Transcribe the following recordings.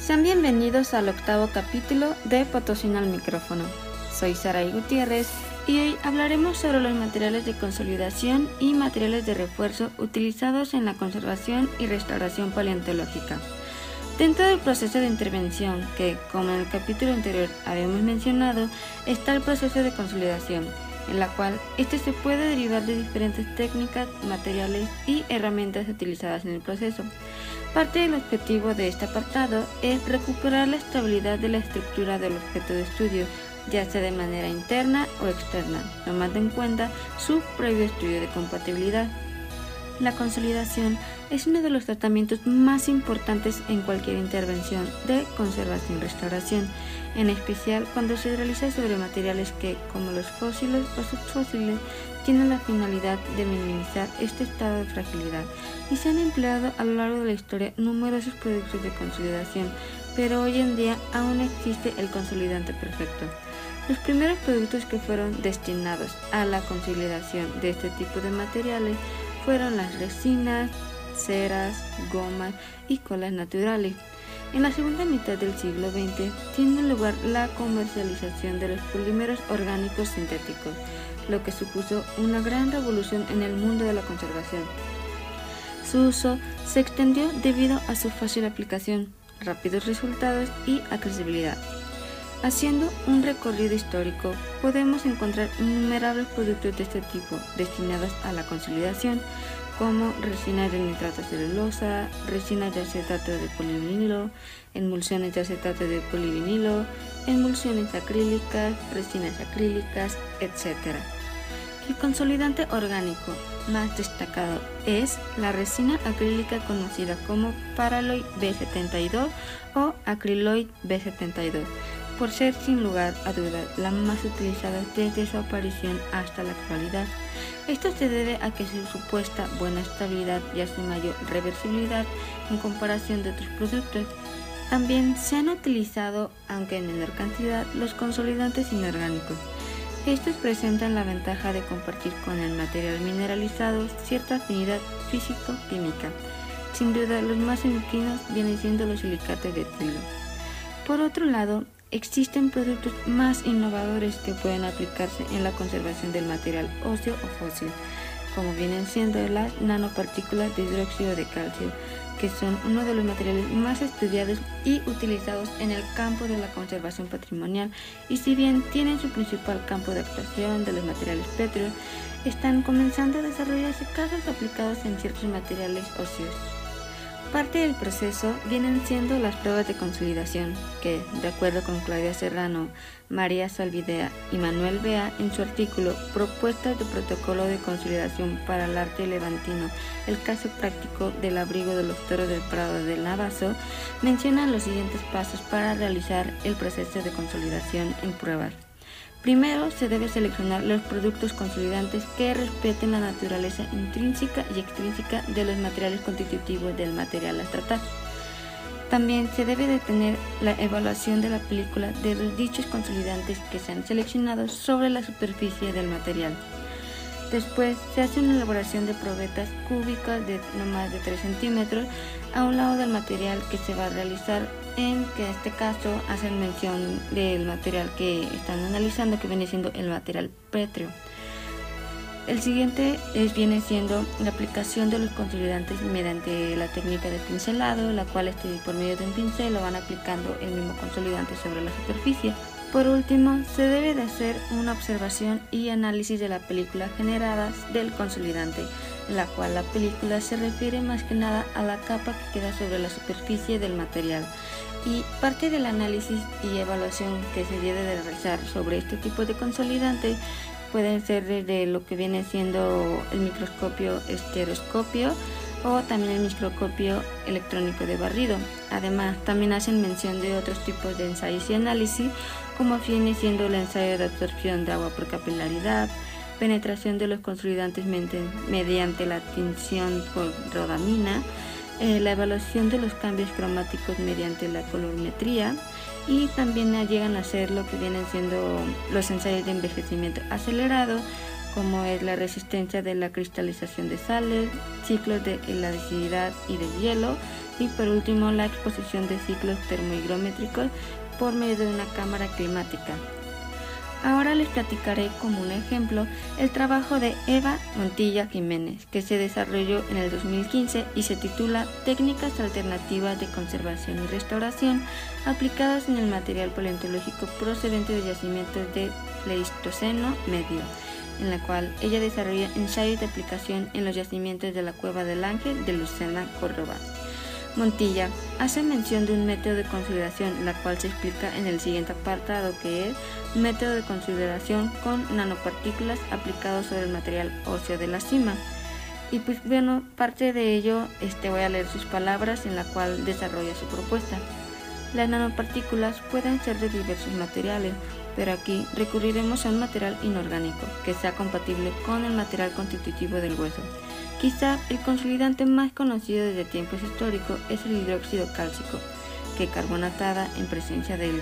Sean bienvenidos al octavo capítulo de Potosí al micrófono. Soy Saray Gutiérrez y hoy hablaremos sobre los materiales de consolidación y materiales de refuerzo utilizados en la conservación y restauración paleontológica. Dentro del proceso de intervención, que como en el capítulo anterior habíamos mencionado, está el proceso de consolidación, en la cual este se puede derivar de diferentes técnicas, materiales y herramientas utilizadas en el proceso. Parte del objetivo de este apartado es recuperar la estabilidad de la estructura del objeto de estudio, ya sea de manera interna o externa, tomando en cuenta su previo estudio de compatibilidad. La consolidación es uno de los tratamientos más importantes en cualquier intervención de conservación y restauración, en especial cuando se realiza sobre materiales que, como los fósiles o subfósiles, tienen la finalidad de minimizar este estado de fragilidad y se han empleado a lo largo de la historia numerosos productos de consolidación, pero hoy en día aún existe el consolidante perfecto. Los primeros productos que fueron destinados a la consolidación de este tipo de materiales fueron las resinas, ceras, gomas y colas naturales. En la segunda mitad del siglo XX tiene lugar la comercialización de los polímeros orgánicos sintéticos, lo que supuso una gran revolución en el mundo de la conservación. Su uso se extendió debido a su fácil aplicación, rápidos resultados y accesibilidad. Haciendo un recorrido histórico, podemos encontrar innumerables productos de este tipo destinados a la consolidación, como resinas de nitrato celulosa, resinas de acetato de polivinilo, emulsiones de acetato de polivinilo, emulsiones acrílicas, resinas acrílicas, etc. El consolidante orgánico más destacado es la resina acrílica conocida como Paraloid B72 o Acryloid B72, por ser sin lugar a dudas la más utilizada desde su aparición hasta la actualidad. Esto se debe a que su supuesta buena estabilidad y a su mayor reversibilidad en comparación de otros productos. También se han utilizado, aunque en menor cantidad, los consolidantes inorgánicos. Estos presentan la ventaja de compartir con el material mineralizado cierta afinidad físico-química. Sin duda, los más endocrinos vienen siendo los silicatos de etilo. Por otro lado, existen productos más innovadores que pueden aplicarse en la conservación del material óseo o fósil, como vienen siendo las nanopartículas de hidróxido de calcio, que son uno de los materiales más estudiados y utilizados en el campo de la conservación patrimonial, y si bien tienen su principal campo de actuación de los materiales pétreos, están comenzando a desarrollarse casos aplicados en ciertos materiales óseos. Parte del proceso vienen siendo las pruebas de consolidación, que, de acuerdo con Claudia Serrano, María Salvidea y Manuel Bea en su artículo Propuestas de protocolo de consolidación para el arte levantino, el caso práctico del abrigo de los toros del Prado del Navazo, mencionan los siguientes pasos para realizar el proceso de consolidación en pruebas. Primero, se debe seleccionar los productos consolidantes que respeten la naturaleza intrínseca y extrínseca de los materiales constitutivos del material a tratar. También se debe de tener la evaluación de la película de los dichos consolidantes que se han seleccionado sobre la superficie del material. Después, se hace una elaboración de probetas cúbicas de no más de 3 centímetros a un lado del material que se va a realizar, en que en este caso hacen mención del material que están analizando, que viene siendo el material pétreo. El siguiente viene siendo la aplicación de los consolidantes mediante la técnica de pincelado, la cual por medio de un pincel lo van aplicando el mismo consolidante sobre la superficie. Por último, se debe de hacer una observación y análisis de la película generadas del consolidante, en la cual la película se refiere más que nada a la capa que queda sobre la superficie del material. Y parte del análisis y evaluación que se debe de realizar sobre este tipo de consolidante pueden ser desde lo que viene siendo el microscopio estereoscopio o también el microscopio electrónico de barrido. Además, también hacen mención de otros tipos de ensayos y análisis, como viene siendo el ensayo de absorción de agua por capilaridad, penetración de los consolidantes mediante la tinción por rodamina, la evaluación de los cambios cromáticos mediante la colorimetría, y también llegan a hacer lo que vienen siendo los ensayos de envejecimiento acelerado, como es la resistencia de la cristalización de sales, ciclos de elasticidad y de hielo, y por último la exposición de ciclos termohigrométricos por medio de una cámara climática. Ahora les platicaré como un ejemplo el trabajo de Eva Montilla Jiménez, que se desarrolló en el 2015 y se titula Técnicas alternativas de conservación y restauración aplicadas en el material paleontológico procedente de yacimientos de Pleistoceno medio, en la cual ella desarrolla ensayos de aplicación en los yacimientos de la Cueva del Ángel de Lucena, Córdoba. Montilla hace mención de un método de consolidación, la cual se explica en el siguiente apartado, que es método de consolidación con nanopartículas aplicados sobre el material óseo de la cima. Y pues bueno, parte de ello voy a leer sus palabras en la cual desarrolla su propuesta. Las nanopartículas pueden ser de diversos materiales, pero aquí recurriremos a un material inorgánico que sea compatible con el material constitutivo del hueso. Quizá el consolidante más conocido desde tiempos históricos es el hidróxido cálcico, que carbonatada en presencia del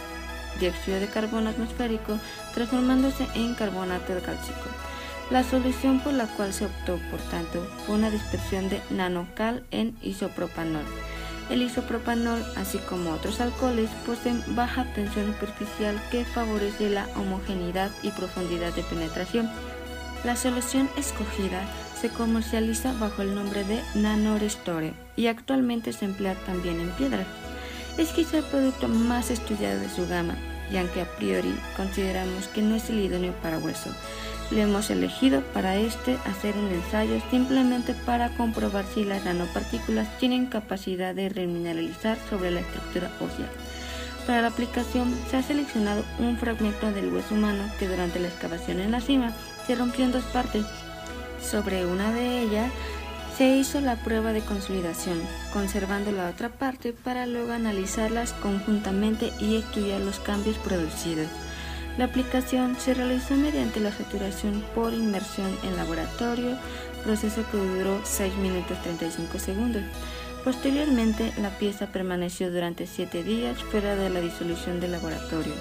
dióxido de carbono atmosférico, transformándose en carbonato de cálcico. La solución por la cual se optó, por tanto, fue una dispersión de nanocal en isopropanol. El isopropanol, así como otros alcoholes, poseen baja tensión superficial que favorece la homogeneidad y profundidad de penetración. La solución escogida se comercializa bajo el nombre de NanoRestore y actualmente se emplea también en piedras. Es quizá el producto más estudiado de su gama, y aunque a priori consideramos que no es el idóneo para hueso, le hemos elegido para hacer un ensayo simplemente para comprobar si las nanopartículas tienen capacidad de remineralizar sobre la estructura ósea. Para la aplicación se ha seleccionado un fragmento del hueso humano que durante la excavación en la cima se rompió en dos partes. Sobre una de ellas se hizo la prueba de consolidación, conservando la otra parte para luego analizarlas conjuntamente y estudiar los cambios producidos. La aplicación se realizó mediante la saturación por inmersión en laboratorio, proceso que duró 6 minutos 35 segundos. Posteriormente, la pieza permaneció durante 7 días fuera de la disolución del laboratorio.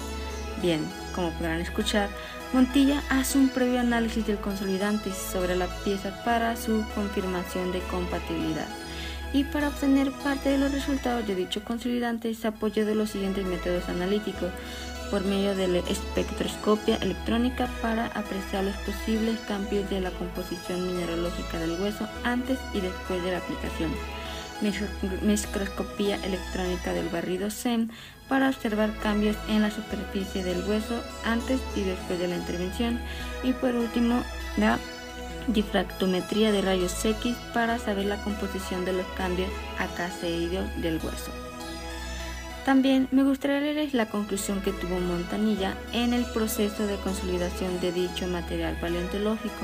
Bien, como podrán escuchar, Montilla hace un previo análisis del consolidante sobre la pieza para su confirmación de compatibilidad. Y para obtener parte de los resultados de dicho consolidante se apoyó de los siguientes métodos analíticos, por medio de la espectroscopia electrónica para apreciar los posibles cambios de la composición mineralógica del hueso antes y después de la aplicación. Microscopía electrónica del barrido SEM para observar cambios en la superficie del hueso antes y después de la intervención, y por último la difractometría de rayos X para saber la composición de los cambios acaseídeos del hueso. También me gustaría leerles la conclusión que tuvo Montanilla en el proceso de consolidación de dicho material paleontológico.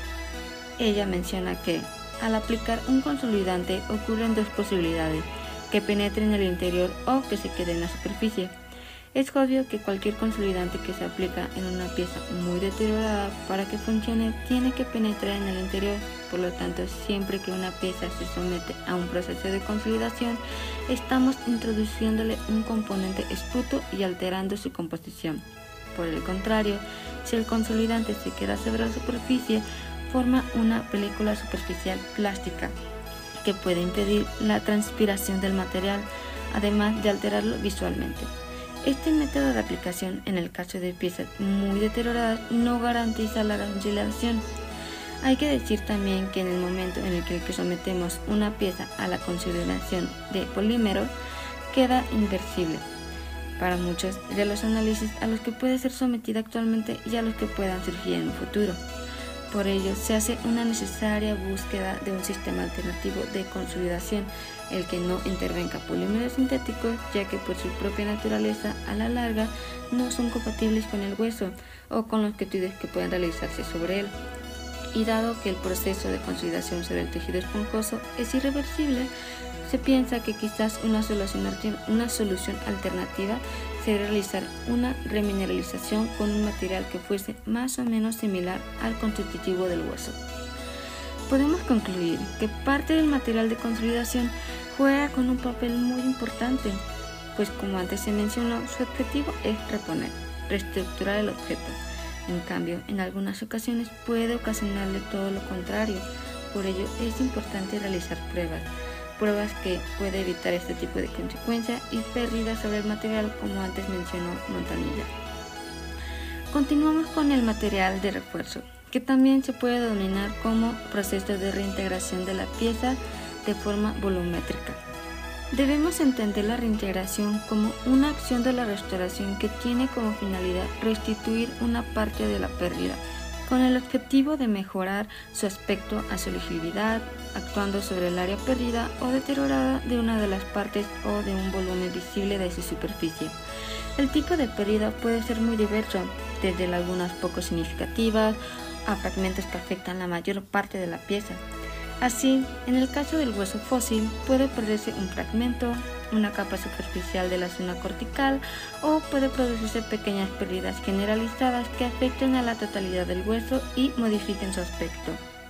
Ella menciona que al aplicar un consolidante ocurren dos posibilidades: que penetre en el interior o que se quede en la superficie. Es obvio que cualquier consolidante que se aplica en una pieza muy deteriorada, para que funcione tiene que penetrar en el interior. Por lo tanto, siempre que una pieza se somete a un proceso de consolidación, estamos introduciéndole un componente esputo y alterando su composición. Por el contrario, si el consolidante se queda sobre la superficie, forma una película superficial plástica que puede impedir la transpiración del material, además de alterarlo visualmente. Este método de aplicación en el caso de piezas muy deterioradas no garantiza la consolidación. Hay que decir también que en el momento en el que sometemos una pieza a la consolidación de polímero, queda inversible para muchos de los análisis a los que puede ser sometida actualmente y a los que puedan surgir en un futuro. Por ello, se hace una necesaria búsqueda de un sistema alternativo de consolidación, el que no intervenga polímeros sintéticos, ya que por su propia naturaleza, a la larga, no son compatibles con el hueso o con los tejidos que pueden realizarse sobre él. Y dado que el proceso de consolidación sobre el tejido esponjoso es irreversible, se piensa que quizás una solución alternativa sería realizar una remineralización con un material que fuese más o menos similar al constitutivo del hueso. Podemos concluir que parte del material de consolidación juega con un papel muy importante, pues como antes se mencionó, su objetivo es reestructurar el objeto. En cambio, en algunas ocasiones puede ocasionarle todo lo contrario. Por ello es importante realizar pruebas. pruebas que puede evitar este tipo de consecuencia y pérdida sobre el material, como antes mencionó Montanilla. Continuamos con el material de refuerzo, que también se puede denominar como proceso de reintegración de la pieza de forma volumétrica. Debemos entender la reintegración como una acción de la restauración que tiene como finalidad restituir una parte de la pérdida, con el objetivo de mejorar su aspecto a su legibilidad, actuando sobre el área perdida o deteriorada de una de las partes o de un volumen visible de su superficie. El tipo de pérdida puede ser muy diverso, desde lagunas poco significativas a fragmentos que afectan la mayor parte de la pieza. Así, en el caso del hueso fósil, puede perderse un fragmento, una capa superficial de la zona cortical, o puede producirse pequeñas pérdidas generalizadas que afecten a la totalidad del hueso y modifiquen su aspecto.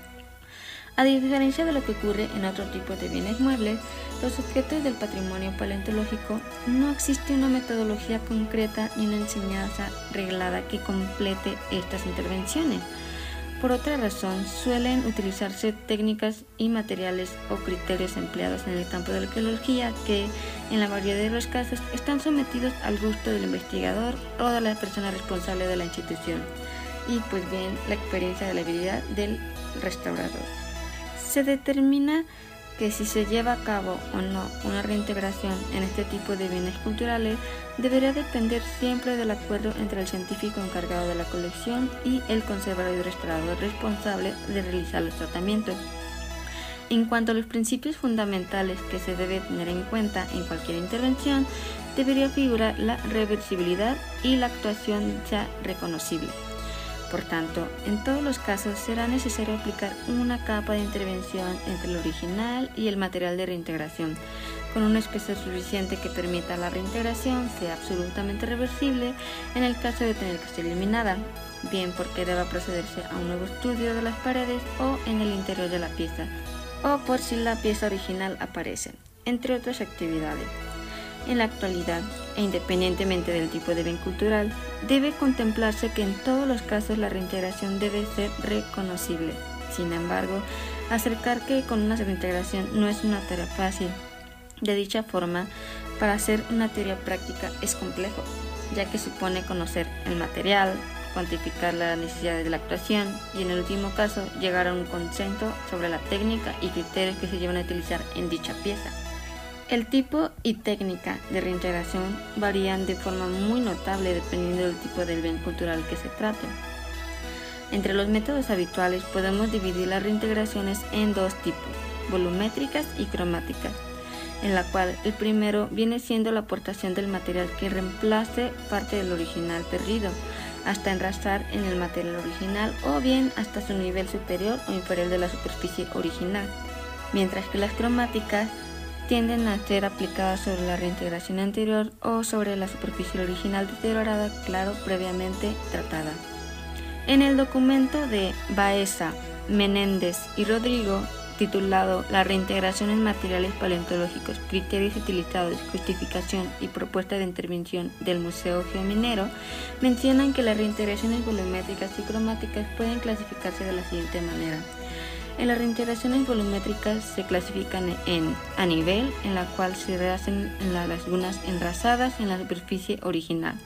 A diferencia de lo que ocurre en otro tipo de bienes muebles, los objetos del patrimonio paleontológico no existe una metodología concreta ni una enseñanza reglada que complete estas intervenciones. Por otra razón, suelen utilizarse técnicas y materiales o criterios empleados en el campo de la arqueología que, en la mayoría de los casos, están sometidos al gusto del investigador o de la persona responsable de la institución y, pues bien, la experiencia de la habilidad del restaurador. Se determina que si se lleva a cabo o no una reintegración en este tipo de bienes culturales debería depender siempre del acuerdo entre el científico encargado de la colección y el conservador y restaurador responsable de realizar los tratamientos. En cuanto a los principios fundamentales que se debe tener en cuenta en cualquier intervención, debería figurar la reversibilidad y la actuación ya reconocible. Por tanto, en todos los casos será necesario aplicar una capa de intervención entre el original y el material de reintegración, con un espesor suficiente que permita la reintegración sea absolutamente reversible en el caso de tener que ser eliminada, bien porque deba procederse a un nuevo estudio de las paredes o en el interior de la pieza, o por si la pieza original aparece, entre otras actividades. En la actualidad, e independientemente del tipo de bien cultural, debe contemplarse que en todos los casos la reintegración debe ser reconocible. Sin embargo, acercar que con una reintegración no es una tarea fácil. De dicha forma, para hacer una teoría práctica es complejo, ya que supone conocer el material, cuantificar las necesidades de la actuación y, en el último caso, llegar a un consenso sobre la técnica y criterios que se llevan a utilizar en dicha pieza. El tipo y técnica de reintegración varían de forma muy notable dependiendo del tipo del bien cultural que se trate. Entre los métodos habituales podemos dividir las reintegraciones en dos tipos, volumétricas y cromáticas, en la cual el primero viene siendo la aportación del material que reemplace parte del original perdido, hasta enrasar en el material original o bien hasta su nivel superior o inferior de la superficie original, mientras que las cromáticas tienden a ser aplicadas sobre la reintegración anterior o sobre la superficie original deteriorada, claro, previamente tratada. En el documento de Baeza, Menéndez y Rodrigo, titulado La reintegración en materiales paleontológicos, criterios utilizados, justificación y propuesta de intervención del Museo Geominero, mencionan que las reintegraciones volumétricas y cromáticas pueden clasificarse de la siguiente manera. En las reintegraciones volumétricas se clasifican en a nivel, en la cual se rehacen las lagunas enrasadas en la superficie original,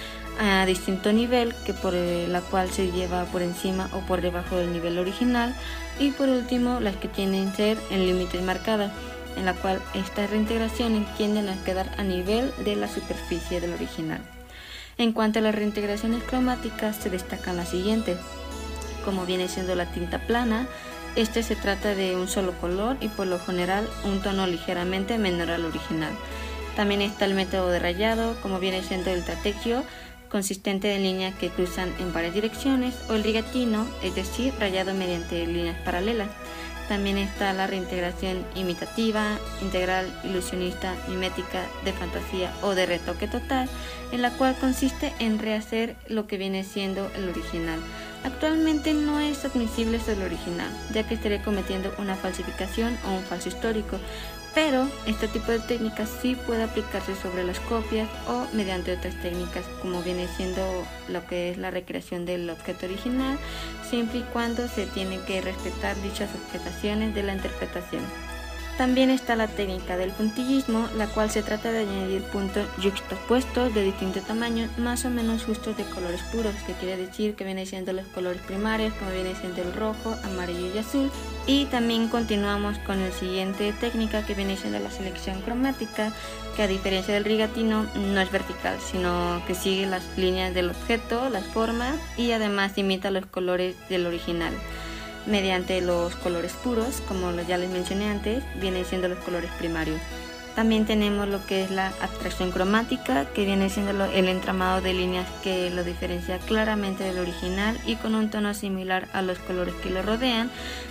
a distinto nivel, que por la cual se lleva por encima o por debajo del nivel original, y por último las que tienden a ser en límites marcados, en la cual estas reintegraciones tienden a quedar a nivel de la superficie del original. En cuanto a las reintegraciones cromáticas se destacan las siguientes, como viene siendo la tinta plana. Este se trata de un solo color y por lo general un tono ligeramente menor al original. También está el método de rayado, como viene siendo el trapecio, consistente de líneas que cruzan en varias direcciones, o el rigatino, es decir, rayado mediante líneas paralelas. También está la reintegración imitativa, integral, ilusionista, mimética, de fantasía o de retoque total, en la cual consiste en rehacer lo que viene siendo el original. Actualmente no es admisible ser el original, ya que estaría cometiendo una falsificación o un falso histórico, pero este tipo de técnicas sí puede aplicarse sobre las copias o mediante otras técnicas, como viene siendo lo que es la recreación del objeto original, siempre y cuando se tienen que respetar dichas objetaciones de la interpretación. También está la técnica del puntillismo, la cual se trata de añadir puntos yuxtapuestos de distintos tamaños, más o menos justos de colores puros, que quiere decir que viene siendo los colores primarios, como viene siendo el rojo, amarillo y azul. Y también continuamos con la siguiente técnica, que viene siendo la selección cromática, que a diferencia del rigatino no es vertical, sino que sigue las líneas del objeto, las formas, y además imita los colores del original mediante los colores puros, como ya les mencioné antes, vienen siendo los colores primarios. También tenemos lo que es la abstracción cromática, que viene siendo el entramado de líneas que lo diferencia claramente del original y con un tono similar a los colores que lo rodean,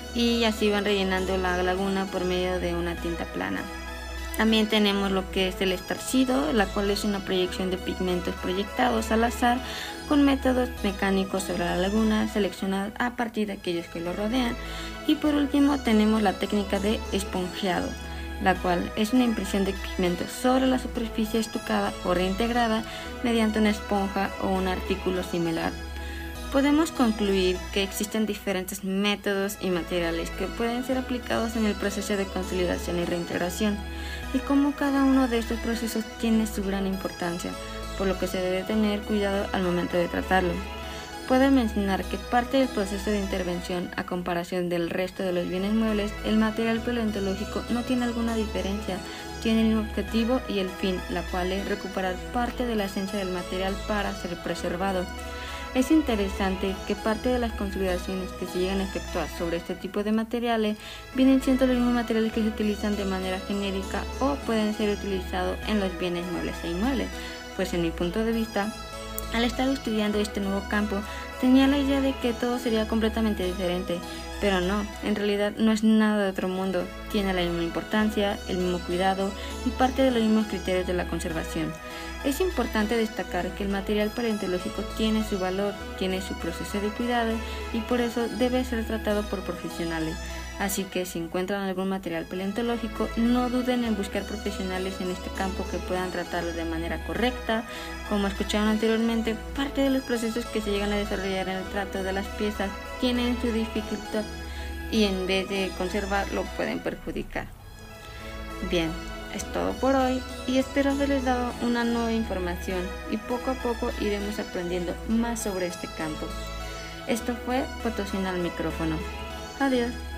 y así van rellenando la laguna por medio de una tinta plana. También tenemos lo que es el estarcido, la cual es una proyección de pigmentos proyectados al azar con métodos mecánicos sobre la laguna, seleccionados a partir de aquellos que lo rodean. Y por último tenemos la técnica de esponjeado, la cual es una impresión de pigmentos sobre la superficie estucada o reintegrada mediante una esponja o un artículo similar. Podemos concluir que existen diferentes métodos y materiales que pueden ser aplicados en el proceso de consolidación y reintegración, y cómo cada uno de estos procesos tiene su gran importancia, por lo que se debe tener cuidado al momento de tratarlo. Puedo mencionar que parte del proceso de intervención, a comparación del resto de los bienes muebles, el material paleontológico no tiene alguna diferencia, tiene el mismo objetivo y el fin, la cual es recuperar parte de la esencia del material para ser preservado. Es interesante que parte de las consolidaciones que se llegan a efectuar sobre este tipo de materiales vienen siendo los mismos materiales que se utilizan de manera genérica o pueden ser utilizados en los bienes muebles e inmuebles, pues en mi punto de vista, al estar estudiando este nuevo campo, tenía la idea de que todo sería completamente diferente, pero no, en realidad no es nada de otro mundo, tiene la misma importancia, el mismo cuidado y parte de los mismos criterios de la conservación. Es importante destacar que el material paleontológico tiene su valor, tiene su proceso de cuidado y por eso debe ser tratado por profesionales. Así que si encuentran algún material paleontológico, no duden en buscar profesionales en este campo que puedan tratarlo de manera correcta. Como escucharon anteriormente, parte de los procesos que se llegan a desarrollar en el trato de las piezas tienen su dificultad y en vez de conservarlo pueden perjudicar. Bien, es todo por hoy y espero haberles dado una nueva información y poco a poco iremos aprendiendo más sobre este campo. Esto fue Potosina al micrófono. Adiós.